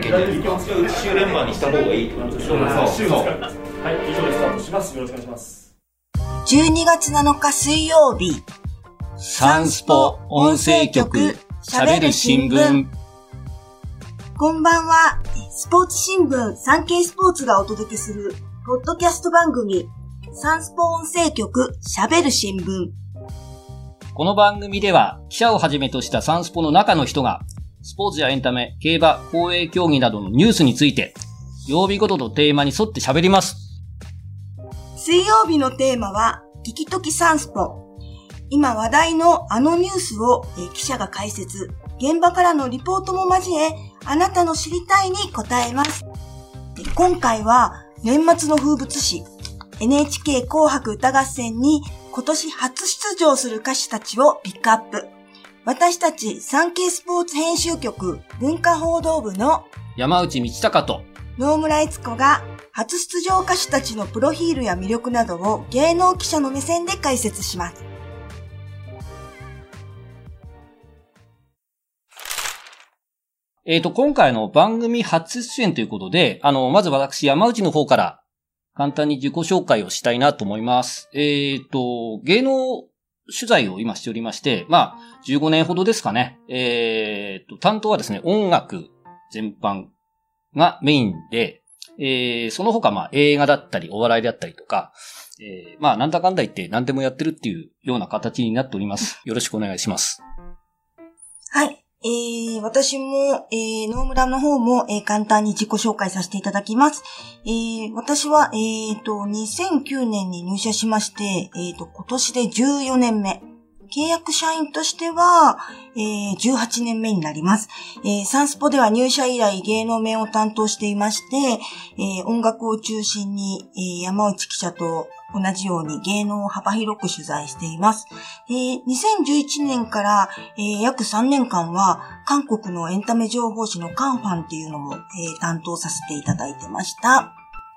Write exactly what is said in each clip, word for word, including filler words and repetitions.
いんじゃないですか。週連番にした方がいいってことでしょ。そう。 はい、以上でスタートします。よろしくお願いします。 じゅうにがつなのか水曜日、 サンスポ音声局喋る新聞。 こんばんは。スポーツ新聞サンケイスポーツがお届けするポッドキャスト番組サンスポ音声局喋る新聞。 この番組では記者をはじめとしたサンスポの中の人がスポーツやエンタメ、競馬、公営競技などのニュースについて曜日ごとのテーマに沿って喋ります。 水曜日のテーマは聞きときサンスポ。今話題のあのニュースを記者が解説、現場からのリポートも交え、あなたの知りたいに答えます。今回は年末の風物詩 エヌエイチケー 紅白歌合戦に今年初出場する歌手たちをピックアップ。私たちサンケイスポーツ編集局文化報道部の山内道隆と野村悦子が初出場歌手たちのプロフィールや魅力などを芸能記者の目線で解説します。 えっと、今回の番組初出演ということで、あの、まず私、山内の方から簡単に自己紹介をしたいなと思います。えっと、芸能取材を今しておりまして、まあ、じゅうごねんほどですかね。えっと、担当はですね、音楽全般がメインで、えー、その他、まあ、映画だったり、お笑いだったりとか、えー、まあ、なんだかんだ言って何でもやってるっていうような形になっております。よろしくお願いします。 はい。えー、私も、えー、野村の方も、えー、簡単に自己紹介させていただきます。えー、私は、えーと、にせんきゅうねんに入社しまして、えーと、今年でじゅうよねんめ。契約社員としては、えー、じゅうはちねんめになります。えー、サンスポでは入社以来芸能面を担当していまして、えー、音楽を中心に、えー、山内記者と同じように芸能を幅広く取材しています。えー、にせんじゅういちねんから、えー、約さんねんかんは韓国のエンタメ情報誌のカンファンっていうのも、えー、担当させていただいてました。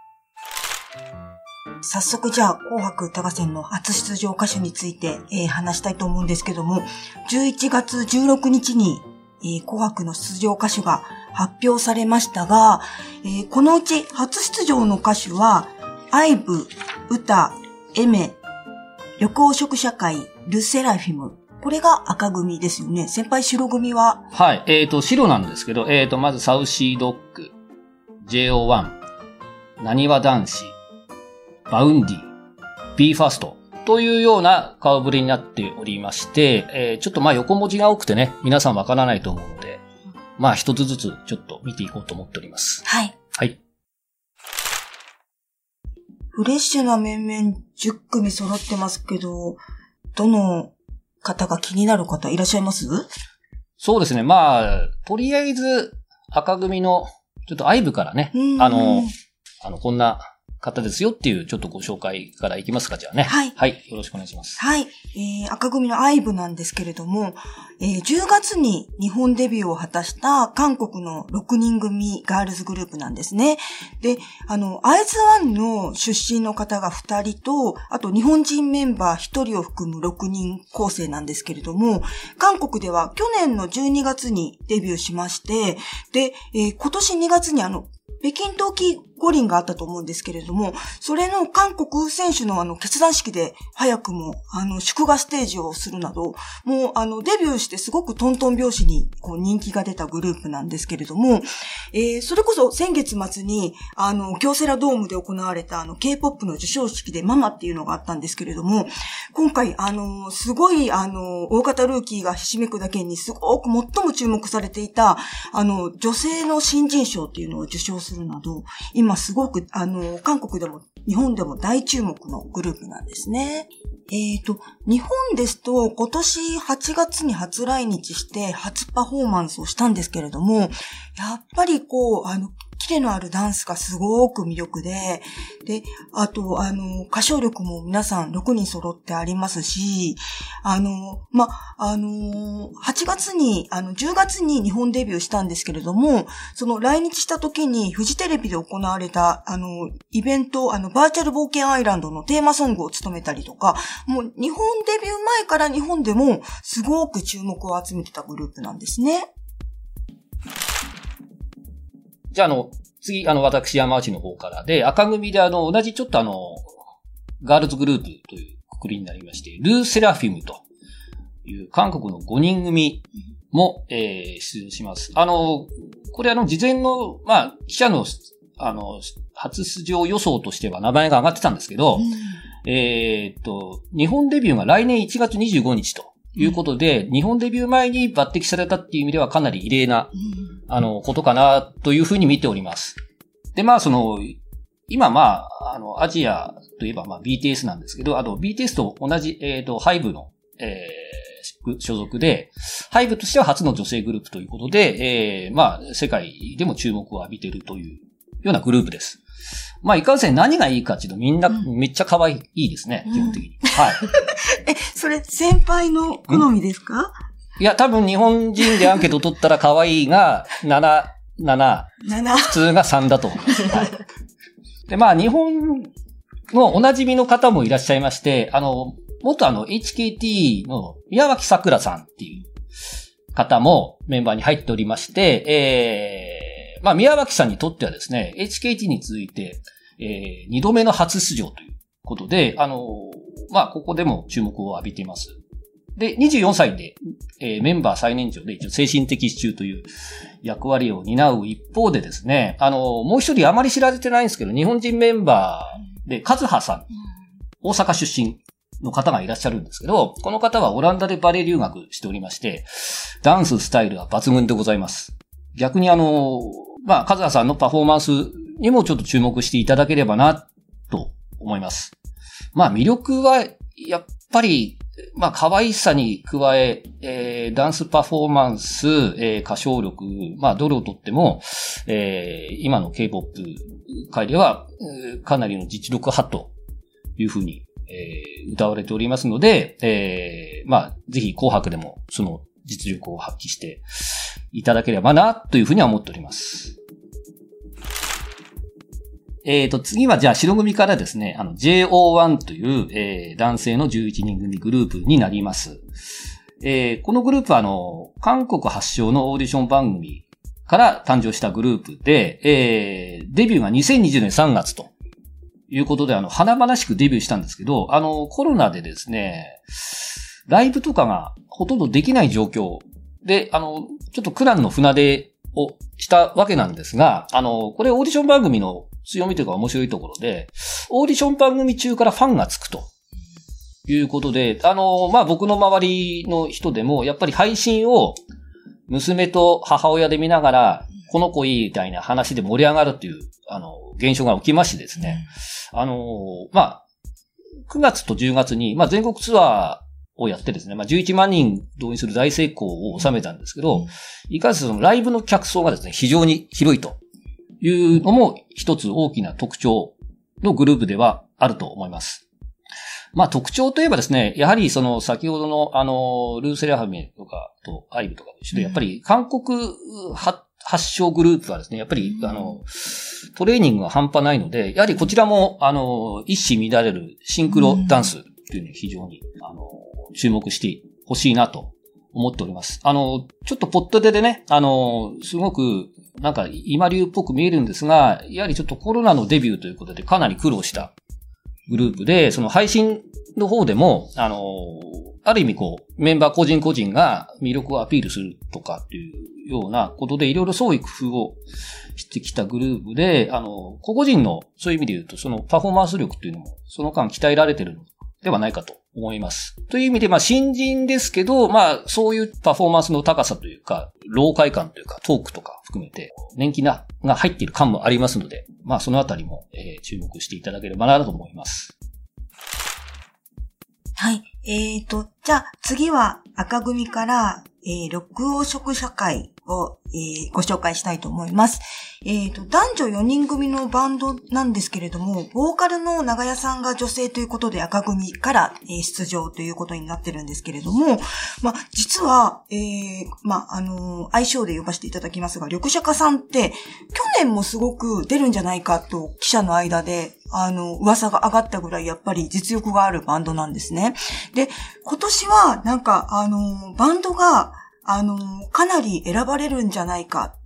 早速じゃあ紅白歌合戦の初出場歌手について、えー、話したいと思うんですけども、じゅういちがつじゅうろくにちに、えー、紅白の出場歌手が発表されましたが、えー、このうち初出場の歌手はアイブ、ウタ、エメ、緑黄色社会、ルセラフィム。これが赤組ですよね。先輩白組は？ はい。えっと、白なんですけど、えっと、まずサウシードッグ、ジェイオーワン、なにわ男子、バウンディ、ビーファーストというような顔ぶれになっておりまして、えー、ちょっとまあ横文字が多くてね、皆さんわからないと思うので、まあ一つずつちょっと見ていこうと思っております。 はい。 はい。 フレッシュな面々じゅっくみ揃ってますけど、どの方が気になる方いらっしゃいます？ そうですね。まあ、とりあえず赤組のちょっとアイブからね、あの、あの、こんな方ですよっていうちょっとご紹介からいきますか、じゃあね。 はい。 はい。よろしくお願いします。 はい。えー、赤組のアイブなんですけれども、えー、じゅうがつに日本デビューを果たした韓国のろくにん組ガールズグループなんですね。で、あの、アイズワンの出身の方がふたりと、あと日本人メンバーひとりを含むろくにん構成なんですけれども、韓国では去年のじゅうにがつにデビューしまして、で、えー、今年にがつにあの、北京冬季五輪があったと思うんですけれども、それの韓国選手のあの決断式で早くもあの祝賀ステージをするなど、もうあのデビューしてすごくトントン拍子にこう人気が出たグループなんですけれども、えー、それこそ先月末にあの京セラドームで行われたあの K-ポップ の授賞式でママっていうのがあったんですけれども、今回あのすごいあの大型ルーキーがひしめくだけにすごく最も注目されていたあの女性の新人賞っていうのを受賞するなど、今すごくあの韓国でも日本でも大注目のグループなんですね。えっと、日本ですと今年はちがつに初来日して初パフォーマンスをしたんですけれども、やっぱりこう、あの、キレのあるダンスがすごく魅力で、で、あと、あの、歌唱力も皆さんろくにん揃ってありますし、あの、ま、あの、はちがつに、あの、じゅうがつに日本デビューしたんですけれども、その来日した時にフジテレビで行われた、あの、イベント、あの、バーチャル冒険アイランドのテーマソングを務めたりとか、もう日本デビュー前から日本でもすごく注目を集めてたグループなんですね。 じゃあ、あの、次、あの、私、山内の方からで、赤組であの、同じちょっとあの、ガールズグループというくくりになりまして、ルーセラフィムという韓国のごにん組も、えー、出場します。あの、これあの、事前の、まあ、記者の、あの、初出場予想としては名前が上がってたんですけど、うん、えー、っと、日本デビューが来年いちがつにじゅうごにちということで、うん、日本デビュー前に抜擢されたっていう意味ではかなり異例な、うん、あの、ことかなというふうに見ております。で、まあ、その、今まあ、あの、アジアといえばまあ ビーティーエス なんですけど、あと ビーティーエス と同じ、えっと、ハイブの、えー、所属で、ハイブとしては初の女性グループということで、えー、まあ、世界でも注目を浴びているというようなグループです。まあ、いかんせん何がいいかっていうとみんなめっちゃ可愛いですね、うん、基本的に。はい。 え、それ先輩の好みですか？ いや、多分日本人でアンケート取ったら可愛いがなな、なな、普通がさんだと思います。はい。で、まあ、日本のお馴染みの方もいらっしゃいまして、あの、元あの、エイチケーティー の宮脇桜さんっていう方もメンバーに入っておりまして、えー、まあ、宮脇さんにとってはですね、エイチケーティー に続いて、えー、二度目の初出場ということで、あの、まあ、ここでも注目を浴びています。で、にじゅうよんさいで、えー、メンバー最年長で一応精神的支柱という役割を担う一方でですね、あの、もう一人あまり知られてないんですけど、日本人メンバーで、カズハさん、大阪出身の方がいらっしゃるんですけど、この方はオランダでバレエ留学しておりまして、ダンススタイルは抜群でございます。逆にあの、まあ、カズハさんのパフォーマンスにもちょっと注目していただければな、と思います。まあ、魅力は、やっぱり、まあ、可愛さに加え、えー、ダンスパフォーマンス、えー、歌唱力、まあ、どれをとっても、えー、今の K-ポップ 界では、えー、かなりの実力派というふうに、えー、歌われておりますので、えー、まあ、ぜひ紅白でもその実力を発揮していただければな、というふうには思っております。えっと、次はじゃあ白組からですね、あの ジェイオーワン という、えー、男性のじゅういちにん組グループになります。えー、このグループはあの、韓国発祥のオーディション番組から誕生したグループで、えー、デビューがにせんにじゅうねんさんがつということで、あの、華々しくデビューしたんですけど、あの、コロナでですね、ライブとかがほとんどできない状況で、あの、ちょっと苦難の船出をしたわけなんですが、あの、これオーディション番組の強みというか面白いところで、オーディション番組中からファンがつくということで、あの、まあ、僕の周りの人でも、やっぱり配信を娘と母親で見ながら、この子いいみたいな話で盛り上がるっていう、あの、現象が起きましてですね、あの、まあ、くがつとじゅうがつに、まあ、全国ツアーをやってですね、まあ、じゅういちまんにん動員する大成功を収めたんですけど、いかんせんそのライブの客層がですね、非常に広いと。いうのも一つ大きな特徴のグループではあると思います。まあ特徴といえばですね、やはりその先ほどのあの、ルーセラハメとかとアイブとかと一緒で、やっぱり韓国発祥グループはですね、やっぱりあの、トレーニングが半端ないので、やはりこちらもあの、一糸乱れるシンクロダンスというのに非常にあの、注目してほしいなと思っております。あの、ちょっとポットででね、あの、すごくなんか今流っぽく見えるんですが、やはりちょっとコロナのデビューということでかなり苦労したグループで、その配信の方でも、あの、ある意味こう、メンバー個人個人が魅力をアピールするとかっていうようなことでいろいろ創意工夫をしてきたグループで、あの、個々人のそういう意味で言うと、そのパフォーマンス力っていうのもその間鍛えられてるのではないかと思います。という意味で、まあ、新人ですけど、まあ、そういうパフォーマンスの高さというか、老快感というか、トークとか含めて、年季な、が入っている感もありますので、まあ、そのあたりも、えー、注目していただければなと思います。 はい。えーと、じゃあ、次は赤組から、えー、緑黄色社会を、えー、ご紹介したいと思います。えーと、男女よにん組のバンドなんですけれども、ボーカルの長屋さんが女性ということで赤組から、えー、出場ということになってるんですけれども、まあ、実は、えー、まあ、あのー、愛称で呼ばせていただきますが、緑社家さんって、去年もすごく出るんじゃないかと記者の間で、あの、噂が上がったぐらいやっぱり実力があるバンドなんですね。で、今年はなんか、あの、バンドが、あの、かなり選ばれるんじゃないかっ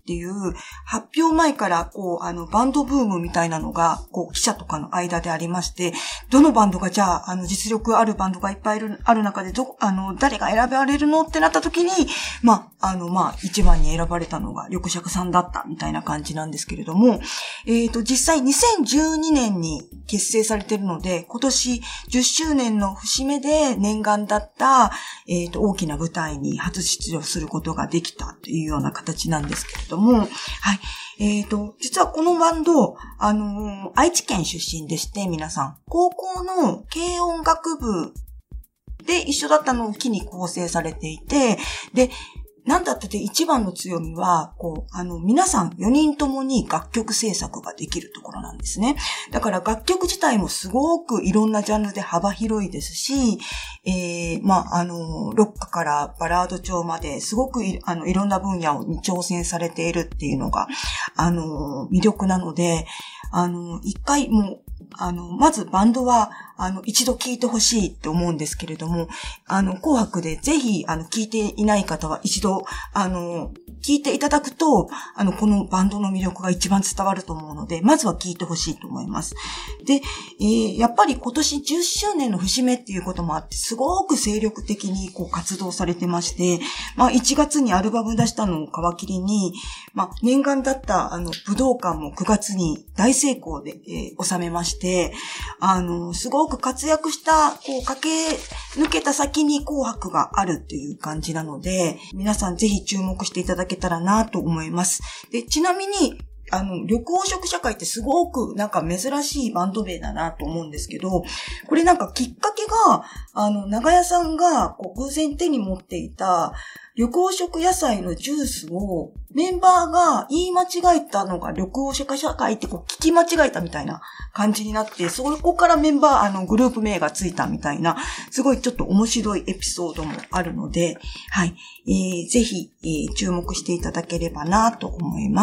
っていう発表前からこうあのバンドブームみたいなのがこう記者とかの間でありまして、どのバンドがじゃああの実力あるバンドがいっぱいいるある中でどあの誰が選ばれるのってなった時に、まああのまあ一番に選ばれたのが緑尺さんだったみたいな感じなんですけれども、えっと実際にせんじゅうにねんに結成されているので、今年じゅっしゅうねんの節目で念願だったえっと大きな舞台に初出場することができたというような形なんですけれども、はい。えっと、実はこのバンド、あのー、愛知県出身でして、皆さん、高校の軽音楽部で一緒だったのを機に構成されていて、で、なんだって一番の強みは、こう、あの、皆さんよにんともに楽曲制作ができるところなんですね。だから楽曲自体もすごくいろんなジャンルで幅広いですし、えー、まあ、あの、ロックからバラード調まですごくい、あの、いろんな分野に挑戦されているっていうのが、あの、魅力なので、あの、一回もう、あの、まずバンドは、あの、一度聴いてほしいって思うんですけれども、あの、紅白でぜひ、あの、聴いていない方は一度、あの、聴いていただくと、あの、このバンドの魅力が一番伝わると思うので、まずは聴いてほしいと思います。で、えー、やっぱり今年じゅっしゅうねんの節目っていうこともあって、すごく精力的にこう活動されてまして、まあ、いちがつにアルバム出したのを皮切りに、まあ、念願だった、あの、武道館もくがつに大成功で、えー、収めまして、あの、すごく活躍した、こう、駆け抜けた先に紅白があるっていう感じなので、皆さんぜひ注目していただけたらなと思います。で、ちなみに、あの、緑黄色社会ってすごくなんか珍しいバンド名だなと思うんですけど、これなんかきっかけが、あの、長屋さんがこう偶然手に持っていた緑黄色野菜のジュースをメンバーが言い間違えたのが緑黄色社会ってこう聞き間違えたみたいな感じになって、そこからメンバー、あの、グループ名がついたみたいな、すごいちょっと面白いエピソードもあるので、はい、えー、ぜひ、えー、注目していただければなと思います。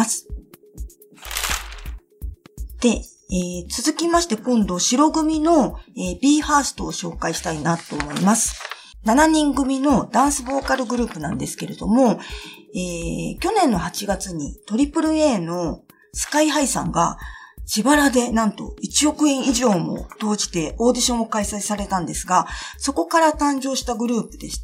で、えー、続きまして今度白組の、えー、ビーハーストを紹介したいなと思います。しちにん組のダンスボーカルグループなんですけれども、えー、去年のはちがつに トリプルエー のスカイハイさんが自腹でなんといちおくえん以上も投じてオーディションを開催されたんですが、そこから誕生したグループでして、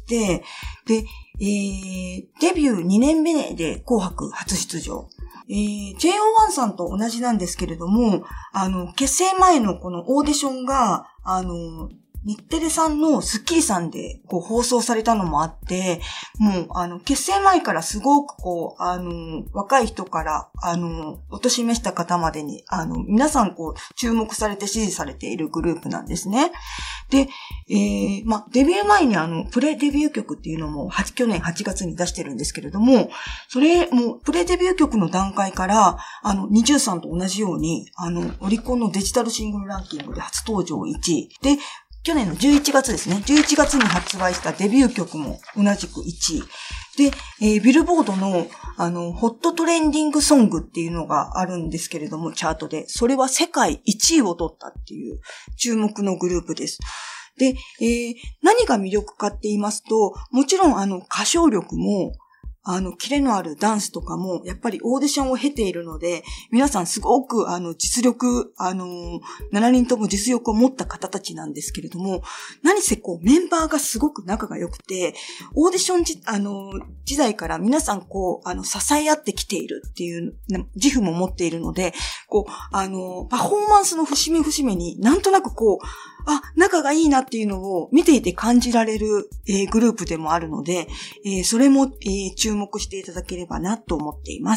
で、えー、デビューにねんめで紅白初出場。えー、ジェイオーワン さんと同じなんですけれども、あの、結成前のこのオーディションが、あの、日テレさんのスッキリさんでこう放送されたのもあって、もうあの結成前からすごくこうあの若い人からあのお年めした方までにあの皆さんこう注目されて支持されているグループなんですね。で、えー、まデビュー前にあのプレデビュー曲っていうのも去年はちがつに出してるんですけれども、それもプレデビュー曲の段階からあのにじゅうさんと同じようにあのオリコンのデジタルシングルランキングで初登場いちいで、去年のじゅういちがつですね。じゅういちがつに発売したデビュー曲も同じくいちい。で、えー、ビルボードの、あの、ホットトレンディングソングっていうのがあるんですけれども、チャートで。それは世界いちいを取ったっていう注目のグループです。で、えー、何が魅力かって言いますと、もちろんあの、歌唱力も、あの、キレのあるダンスとかも、やっぱりオーディションを経ているので、皆さんすごく、あの、実力、あの、しちにんとも実力を持った方たちなんですけれども、何せこう、メンバーがすごく仲が良くて、オーディションじ、あの、時代から皆さんこう、あの、支え合ってきているっていう自負も持っているので、こう、あの、パフォーマンスの節目節目になんとなくこう、あ、仲がいいなっていうのを見ていて感じられる、えー、グループでもあるので、えー、それも、えー、注目していただければなと思っています。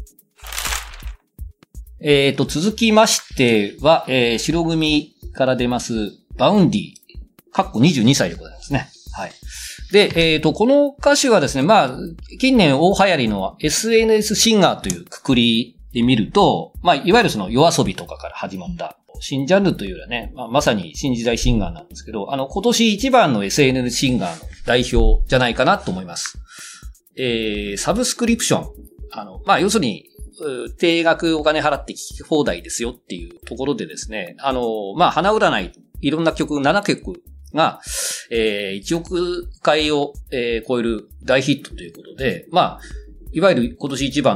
えーと、続きましては、えー、白組から出ます、バウンディ、かっこにじゅうにさいでございますね。はい。で、えーと、この歌手はですね、まあ、近年大流行りの エスエヌエス シンガーというくくりで見ると、まあ、いわゆるその夜遊びとかから始まった、新ジャンルというよりはね、まあ、まさに新時代シンガーなんですけど、あの、今年一番の エスエヌエス シンガーの代表じゃないかなと思います。えー、サブスクリプション。あの、まあ、要するに、定額お金払って聴き放題ですよっていうところでですね、あの、まあ、花占い、いろんな曲、ななきょくが、えー、いちおくかいを、えー、超える大ヒットということで、まあ、いわゆる今年一番の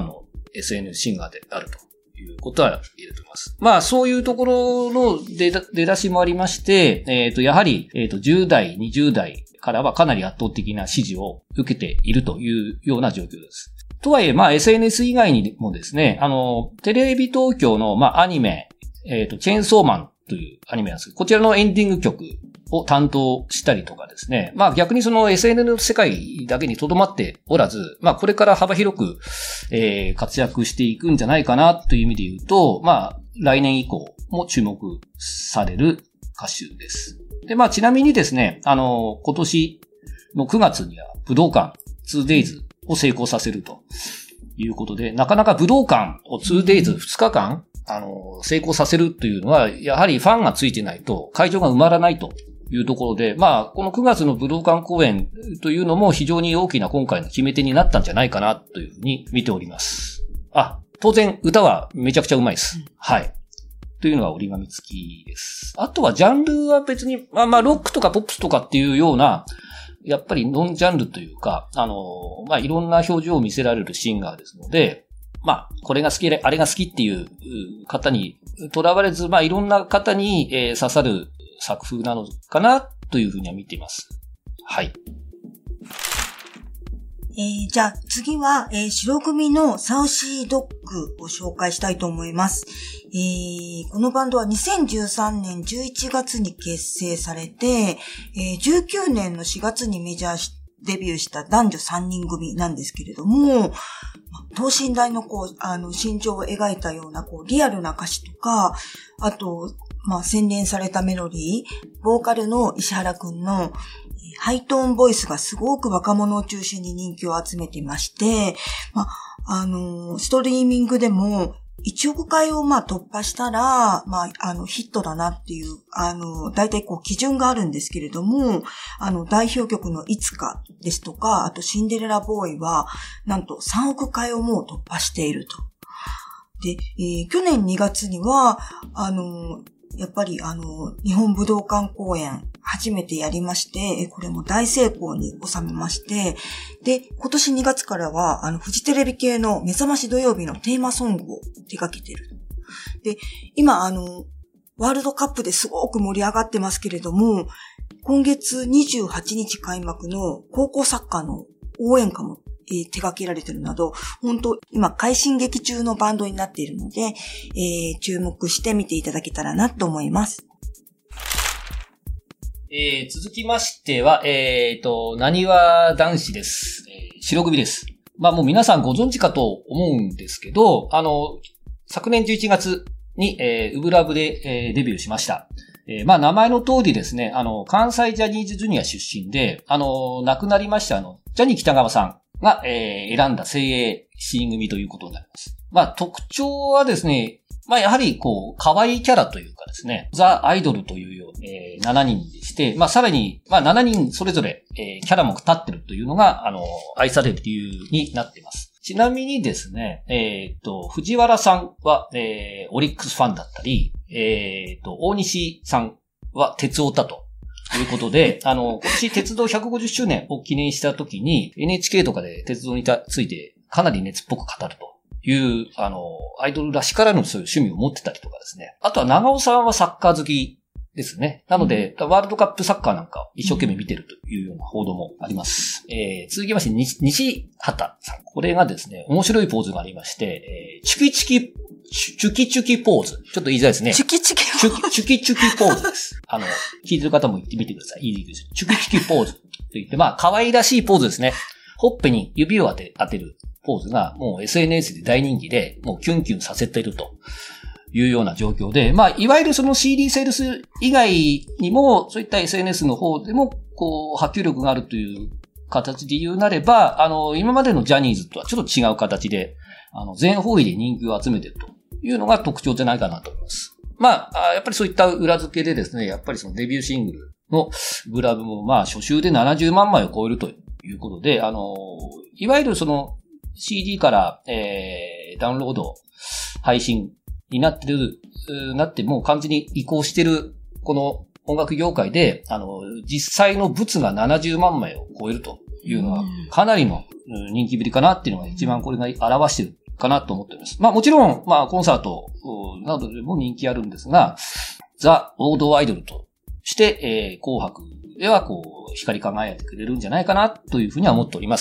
エスエヌエス シンガーであるということは言えると思います。まあそういうところの出だしもありまして、えっと、やはり、えっと、じゅう代、にじゅう代からはかなり圧倒的な支持を受けているというような状況です。とはいえ、まあ エスエヌエス 以外にもですね、あの、テレビ東京の、まあアニメ、えっと、チェーンソーマンというアニメなんですけど、こちらのエンディング曲を担当したりとかですね。まあ逆にその エスエヌエス の世界だけに留まっておらず、まあこれから幅広く、えー、活躍していくんじゃないかなという意味で言うと、まあ来年以降も注目される歌手です。で、まあちなみにですね、あの、今年のくがつには武道館 ツーデイズ を成功させるということで、なかなか武道館を ツーデイズふつかかんあの、成功させるというのは、やはりファンがついてないと会場が埋まらないというところで、まあ、このくがつの武道館公演というのも非常に大きな今回の決め手になったんじゃないかなというふうに見ております。あ、当然歌はめちゃくちゃうまいです。うん、はい。というのは折り紙付きです。あとはジャンルは別に、まあまあ、ロックとかポップスとかっていうような、やっぱりノンジャンルというか、あの、まあ、いろんな表情を見せられるシンガーですので、まあ、これが好きで、あれが好きっていう方にとらわれず、まあ、いろんな方に、えー、刺さる作風なのかなというふうには見ています。はい。 えー、じゃあ次は、えー、白組のサウシードッグを紹介したいと思います。えー、このバンドはにせんじゅうさんねんじゅういちがつに結成されて、えー、じゅうきゅうねんのしがつにメジャーデビューした男女さんにん組なんですけれども、等身大のこう、あの、身長を描いたような、こう、リアルな歌詞とか、あと、まあ、洗練されたメロディー、ボーカルの石原くんのハイトーンボイスがすごく若者を中心に人気を集めていまして、まあ、あの、ストリーミングでも、いちおくかいをまあ突破したら、まあ、あの、ヒットだなっていう、あの、大体こう基準があるんですけれども、あの、代表曲のいつかですとか、あとシンデレラボーイは、なんとさんおくかいをもう突破していると。で、えー、去年にがつには、あの、やっぱりあの、日本武道館公演、初めてやりまして、これも大成功に収めまして、で、今年にがつからは、あの、フジテレビ系の目覚まし土曜日のテーマソングを手掛けてる。で、今、あの、ワールドカップですごく盛り上がってますけれども、今月にじゅうはちにち開幕の高校サッカーの応援歌も、えー、手掛けられているなど、本当今快進撃中のバンドになっているので、えー、注目して見ていただけたらなと思います。 えー、続きましては、えーと、なにわ男子です。えー、白組です。まあもう皆さんご存知かと思うんですけど、あの、昨年じゅういちがつに、えー、ウブラブで、えー、デビューしました。えー、まあ名前の通りですね、あの、関西ジャニーズジュニア出身で、あの、亡くなりましたあの、ジャニー北川さんが、えー、選んだ精鋭シーン組ということになります。まあ特徴はですね、まあやはりこう、可愛いキャラというかですね、ザ・アイドルというように、えー、しちにんでして、まあさらに、まあしちにんそれぞれ、えー、キャラも立ってるというのが、あの、愛される理由になっています。ちなみにですね、えっと、藤原さんは、えー、オリックスファンだったり、えっと、大西さんは鉄オタということで、あの、今年鉄道ひゃくごじゅっしゅうねんを記念した時に エヌエイチケー とかで鉄道についてかなり熱っぽく語るという、あの、アイドルらしからぬそういう趣味を持ってたりとかですね。あとは長尾さんはサッカー好きですね。なので、うん、ワールドカップサッカーなんかを一生懸命見てるというような報道もあります。うん、えー、続きまして、西、西畑さん。これがですね、面白いポーズがありまして、えー、チュキチキ、チュキチュキポーズ。ちょっと言いづらいですね。 チュキチュキポーズ。チュキチュキポーズです。あの、聞いてる方も言ってみてください。いいです。チュキチュキポーズと言って、まあ、可愛らしいポーズですね。ほっぺに指を当て、当てるポーズが、もう エスエヌエス で大人気で、もうキュンキュンさせているというような状況で、まあ、いわゆるその シーディー セールス以外にも、そういった エスエヌエス の方でも、こう、波及力があるという形で言うなれば、あの、今までのジャニーズとはちょっと違う形で、あの、全方位で人気を集めているというのが特徴じゃないかなと思います。まあ、やっぱりそういった裏付けでですね、やっぱりそのデビューシングルのグラブも、まあ、初週でななじゅうまんまいを超えるということで、あの、いわゆるその シーディー から、えー、ダウンロード、配信になってる、なってもう完全に移行してる、この音楽業界で、あの、実際の物がななじゅうまんまいを超えるというのは、かなりの人気ぶりかなっていうのが一番これが表しているかなと思っております。まあもちろん、まあコンサートなどでも人気あるんですが、ザ・王道アイドルとして、えー、紅白ではこう、光り輝いてくれるんじゃないかなというふうには思っております。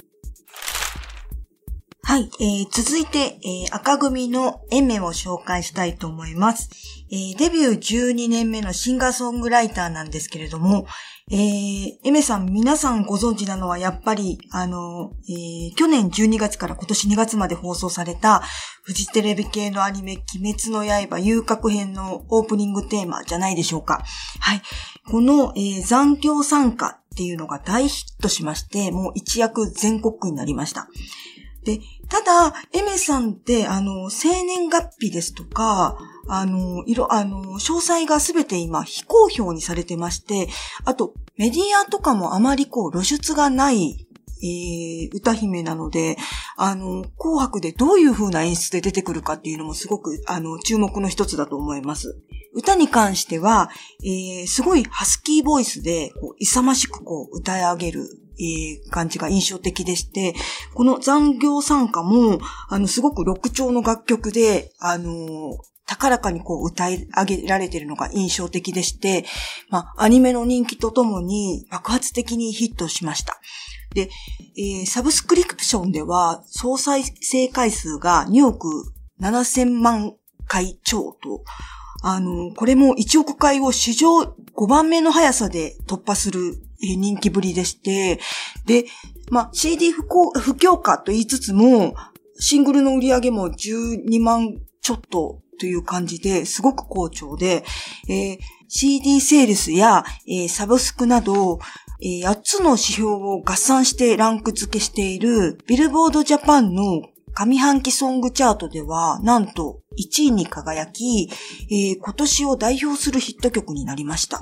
はい、えー、続いて、えー、赤組のエメを紹介したいと思います。えー、デビューじゅうにねんめのシンガーソングライターなんですけれども、えー、エメさん皆さんご存知なのはやっぱり、あの、えー、去年じゅうにがつから今年にがつまで放送されたフジテレビ系のアニメ鬼滅の刃遊郭編のオープニングテーマじゃないでしょうか。はい。この、えー、残響参加っていうのが大ヒットしまして、もう一躍全国区になりました。で、ただ、エメさんって、あの、生年月日ですとか、あの、いろ、あの、詳細がすべて今、非公表にされてまして、あと、メディアとかもあまりこう、露出がない、えー、歌姫なので、あの、紅白でどういう風な演出で出てくるかっていうのもすごく、あの、注目の一つだと思います。歌に関しては、えー、すごいハスキーボイスで、こう、勇ましくこう、歌い上げる、えー、感じが印象的でして、この残響参加も、あの、すごく録調の楽曲で、あのー、高らかにこう歌い上げられているのが印象的でして、まあ、アニメの人気とともに爆発的にヒットしました。で、えー、サブスクリプションでは総再生回数がにおくななせんまんかい超と、あの、これもいちおくかいを史上ごばんめの速さで突破する人気ぶりでして、で、まあ、シーディー 不況、不況化と言いつつも、シングルの売り上げもじゅうにまんちょっとという感じですごく好調で、えー、シーディー セールスや、えー、サブスクなど、えー、やっつの指標を合算してランク付けしているビルボードジャパンの上半期ソングチャートではなんといちいに輝き、えー、今年を代表するヒット曲になりました。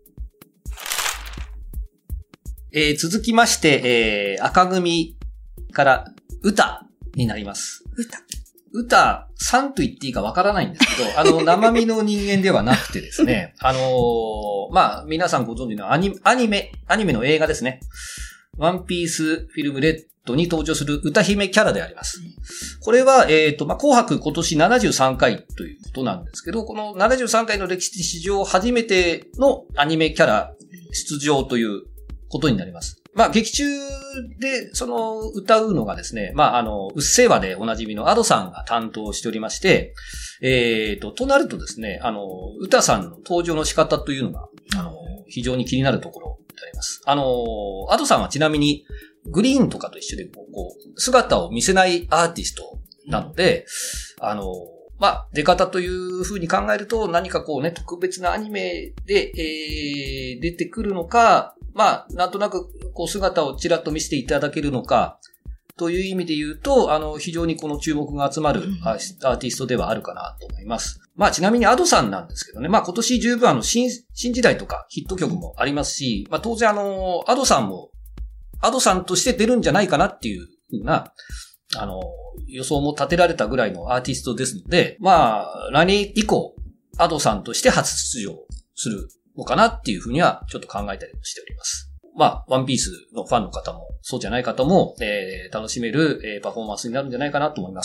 えー、続きまして、えー、赤組から歌になります。 歌。 歌さんと言っていいかわからないんですけど、あの、生身の人間ではなくてですね、あのー、まあ、皆さんご存知のアニ、アニメ、アニメの映画ですね。ワンピースフィルムレッドに登場する歌姫キャラであります。これは、えっと、まあ、紅白今年ななじゅうさんかいということなんですけど、このななじゅうさんかいの歴史史上初めてのアニメキャラ出場ということになります。まあ、劇中で、その、歌うのがですね、まあ、あの、うっせぇわでおなじみのアドさんが担当しておりまして、えっと、となるとですね、あの、歌さんの登場の仕方というのが、あの、非常に気になるところであります。あの、アドさんはちなみに、グリーンとかと一緒で、こう、姿を見せないアーティストなので、あの、まあ、出方という風に考えると、何かこうね、特別なアニメで、えー、出てくるのか、まあ、なんとなく、こう、姿をちらっと見せていただけるのか、という意味で言うと、あの、非常にこの注目が集まるアーティストではあるかなと思います。まあ、ちなみにアドさんなんですけどね、まあ、今年十分あの、新、新時代とかヒット曲もありますし、まあ、当然あの、アドさんも、アドさんとして出るんじゃないかなっていうふうな、あの、予想も立てられたぐらいのアーティストですので、まあ、来年以降、アドさんとして初出場するのかなっていうふうにはちょっと考えたりしております。まあ、ワンピースのファンの方も、そうじゃない方も、えー、楽しめる、えー、パフォーマンスになるんじゃないかなと思います。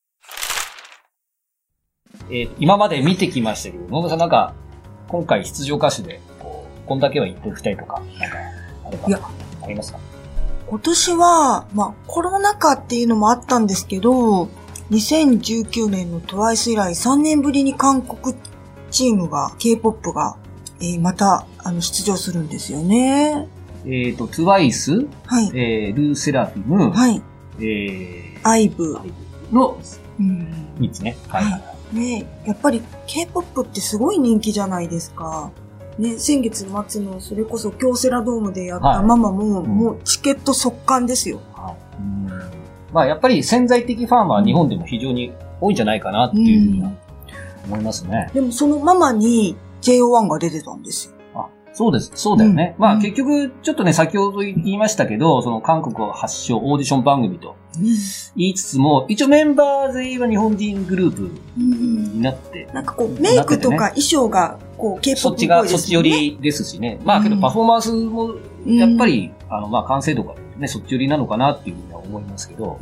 えー、今まで見てきましたけど、野田さんなんか、今回出場歌手で、こう、こんだけは言っておきたいとか、なんか、あれば、いや、ありますか？ 今年は、まあ、コロナ禍っていうのもあったんですけど、にせんじゅうきゅうねんの トゥワイス 以来さんねんぶりに韓国チームが、K-ポップ が、えー、また、あの、出場するんですよね。 えっと、トゥワイス、 はい。 えー、ルーセラフィム、 はい。 えー、 アイブの、 うん。 みっつね。はい。はい、 ねやっぱり K-ポップ ってすごい人気じゃないですか。ね、先月末のそれこそ京セラドームでやったママも、はい、もうチケット速乾ですよ。はい、 うんまあやっぱり潜在的ファンは日本でも非常に多いんじゃないかなっていうふうに思いますね。 うん、でもそのママに ジェイオーワン が出てたんですよ。 あ、そうです。そうだよね。うん、まあ結局ちょっとね先ほど言いましたけど、その韓国を発祥オーディション番組と言いつつも、一応メンバー全員は日本人グループになって、 うん、なんかこうメイクとか衣装がこう K-ポップ っぽいですよね。 そっちが、そっち寄りですしね。まあけどパフォーマンスも、やっぱり、うん、あの、まあ完成度がね、そっち寄りなのかなっていうふうには思いますけど、 うん、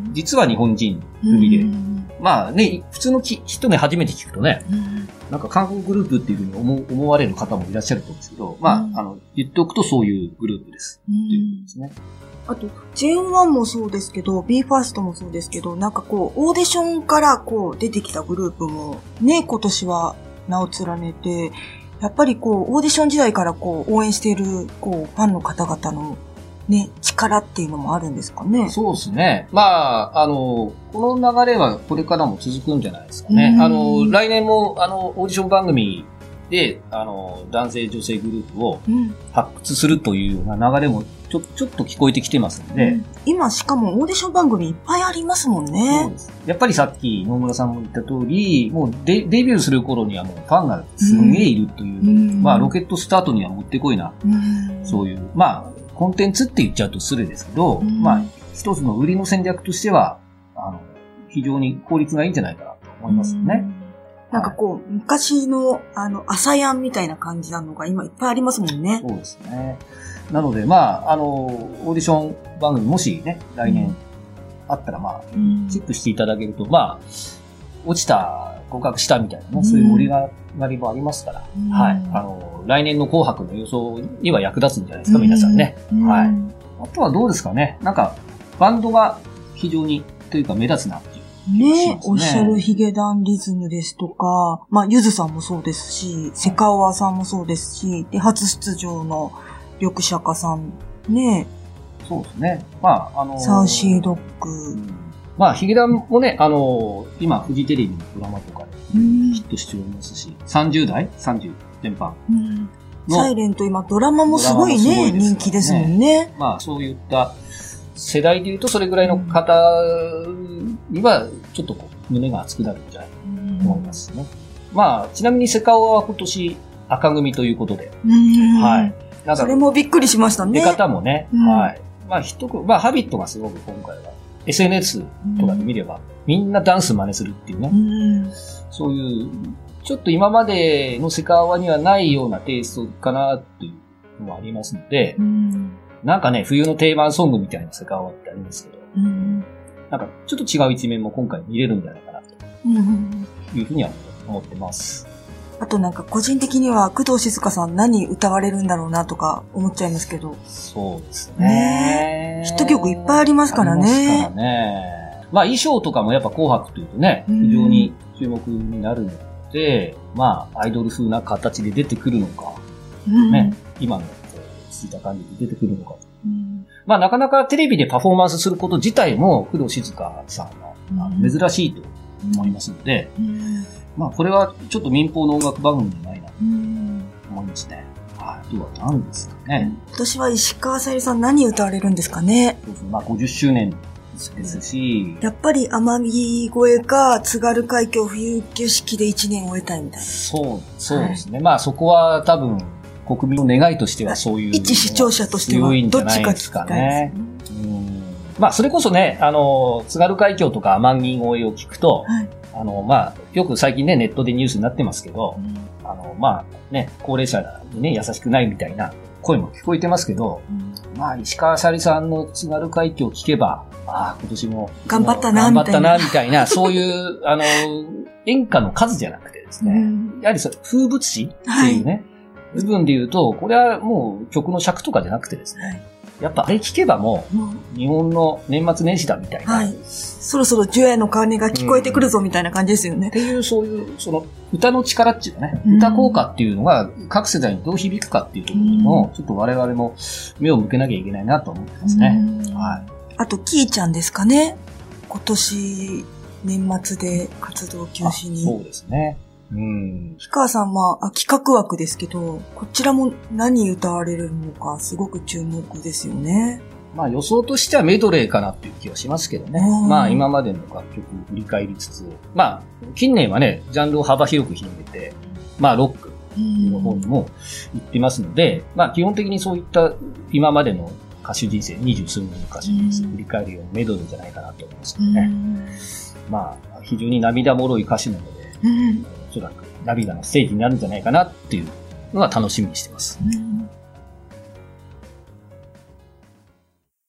実は日本人組で、うん、まあね、普通のき人ね、初めて聞くとね、うん、なんか韓国グループっていうふうに 思, 思われる方もいらっしゃると思うんですけど、まあ、うん、あの、言っておくとそういうグループです。うん、っていうことですね。 あと、ジェイオーワン もそうですけど、ビーファースト もそうですけど、なんかこう、オーディションからこう、出てきたグループも、ね、今年は名を連ねて、やっぱりこう、オーディション時代からこう、応援している、こう、ファンの方々の、ね、力っていうのもあるんですかね。 そうですね。まあ、あの、この流れはこれからも続くんじゃないですかね。あの、来年も、あの、オーディション番組で、あの、男性女性グループを発掘するというような流れもちょ、ちょっと聞こえてきてますので、うん、 今しかもオーディション番組いっぱいありますもんね。 そうです。やっぱりさっき野村さんも言った通り、もう デ, デビューする頃にはもうファンがすんげえいるという、うん、まあロケットスタートにはもってこいな、うん、そういう、まあコンテンツって言っちゃうと失礼ですけど、うん、まあ一つの売りの戦略としては、あの、非常に効率がいいんじゃないかなと思いますよね。うんなんかこう、昔の、あの、朝やんみたいな感じなのが今いっぱいありますもんね。 そうですね。なので、まあ、あの、オーディション番組もしね、来年あったら、まあ、うん、チェックしていただけると、まあ、落ちた、合格したみたいなね、うん、そういう盛り上がりもありますから、うん、はい。あの、来年の紅白の予想には役立つんじゃないですか、皆さんね。うん、はい。あとはどうですかね。なんか、バンドが非常に、というか目立つなっていう。 ねえ、おっしゃるヒゲダンリズムですとか、まあ、ゆずさんもそうですし、セカオワさんもそうですし、で、初出場の緑釈迦さん、ねえ。そうですね。まあ、あのー、 サーシードッグ。うん、 まあ、ヒゲダンもね、あのー、今、フジテレビのドラマとかでヒットしておりますし、さんじゅう代 ?さんじゅう 全般。うん、 サイレント今、ドラマもすごいね、人気ですもんね。 まあ、そういった、世代で言うとそれぐらいの方にはちょっとこう胸が熱くなるんじゃないかと思いますね。まあちなみにセカオワは今年赤組ということで、 はい。なんかそれもびっくりしましたね。 出方もね、はい。まあ一組まあハビットがすごく今回は エスエヌエス とかで見ればみんなダンス真似するっていうね、そういうちょっと今までのセカオワにはないようなテイストかなっていうのもありますので。なんかね、冬の定番ソングみたいなセカオワってありますけど、うん、なんかちょっと違う一面も今回見れるんじゃないかなというふうには思ってます。 あとなんか個人的には工藤静香さん何歌われるんだろうなとか思っちゃいますけど。 そうですね。 ヒット曲いっぱいありますからね。ありますからね。まあ衣装とかもやっぱ紅白というとね、非常に注目になるので、まあアイドル風な形で出てくるのか、うん、ね、今のついた感じで出てくるのか、うん、まあなかなかテレビでパフォーマンスすること自体も工藤静香さんは、うん、珍しいと思いますので、うん、まあこれはちょっと民放の音楽番組じゃないなと思いますね。はい、あとは何ですかね。 今年は石川さゆりさん何歌われるんですかね。 そうですね。まあごじゅっしゅうねんですし、 やっぱり天城越えか津軽海峡冬景色でいちねん終えたいみたいな。 そう、そうですね。はい、まあそこは多分国民の願いとしてはそういう一視聴者としてはどっちか聞きたいですね。うん、まあそれこそね、あの津軽海峡とか天城越えを聞くと、はい、あのまあよく最近ねネットでニュースになってますけど、うん、あのまあね高齢者にね優しくないみたいな声も聞こえてますけど、うん、まあ石川さゆりさんの津軽海峡を聞けば、ああ今年も頑張ったな頑張ったなみたいなそういうあの演歌の数じゃなくてですね、うん、やはりそれ風物詩っていうね。はい部分で言うと、これはもう曲の尺とかじゃなくてですね、やっぱあれ聞けばもう、日本の年末年始だみたいな。はい。 そろそろ除夜の鐘が聞こえてくるぞみたいな感じですよね。 っていう、そういう、その、歌の力っていうかね、歌効果っていうのが各世代にどう響くかっていうところにも、ちょっと我々も目を向けなきゃいけないなと思ってますね。はい。 あと、キーちゃんですかね。今年、年末で活動休止に。 そうですね。うん。 氷川さんは企画枠ですけど、こちらも何歌われるのかすごく注目ですよね。 まあ予想としてはメドレーかなっていう気はしますけどね。まあ今までの楽曲振り返りつつ、まあ近年はね、ジャンルを幅広く広げて、まあロックの方にも行ってますので、まあ基本的にそういった今までの歌手人生、二十数年の歌手人生を振り返るようなメドレーじゃないかなと思いますけどね。まあ非常に涙もろい歌詞なので、おそらく涙のステージになるんじゃないかなっていうのは楽しみにしてます。うん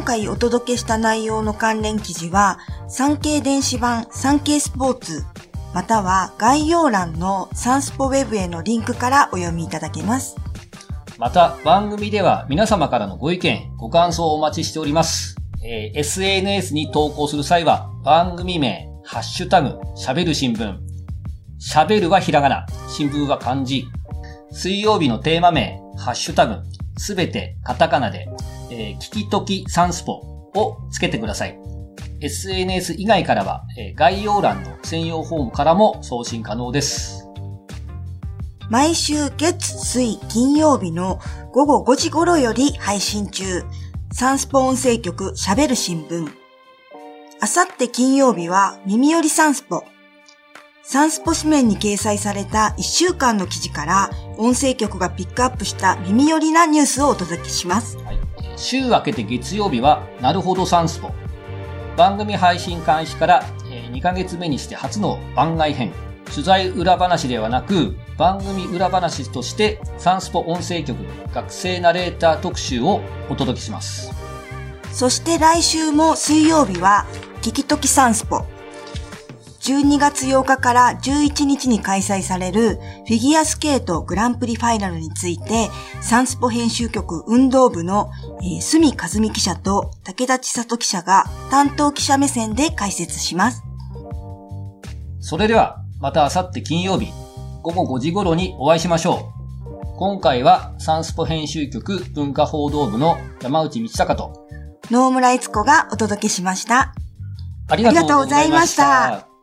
回お届けした内容の関連記事は、産経電子版産経スポーツ、または概要欄のサンスポウェブへのリンクからお読みいただけます。 また、番組では皆様からのご意見、ご感想をお待ちしております。えー、エスエヌエス に投稿する際は、番組名、ハッシュタグ、喋る新聞。喋るはひらがな、新聞は漢字。水曜日のテーマ名、ハッシュタグ、すべてカタカナで、えー、聞きときサンスポをつけてください。エスエヌエス 以外からは、えー、概要欄の専用フォームからも送信可能です。 毎週月、水、金曜日のごごごじ頃より配信中。サンスポ音声局喋る新聞。あさって金曜日は耳よりサンスポ。サンスポ紙面に掲載されたいっしゅうかんの記事から音声局がピックアップした耳よりなニュースをお届けします。 はい、週明けて月曜日はなるほどサンスポ。番組配信開始からにかげつめにして初の番外編。取材裏話ではなく番組裏話としてサンスポ音声局の学生ナレーター特集をお届けします。 そして来週も水曜日は聞きときサンスポ。じゅうにがつようかからじゅういちにちに開催されるフィギュアスケートグランプリファイナルについてサンスポ編集局運動部の角和美記者と武田千里記者が担当記者目線で解説します。 それではまたあさって金曜日ごごごじ頃にお会いしましょう。今回はサンスポ編集局文化報道部の山内道隆と野村悦子がお届けしました。 ありがとうございました。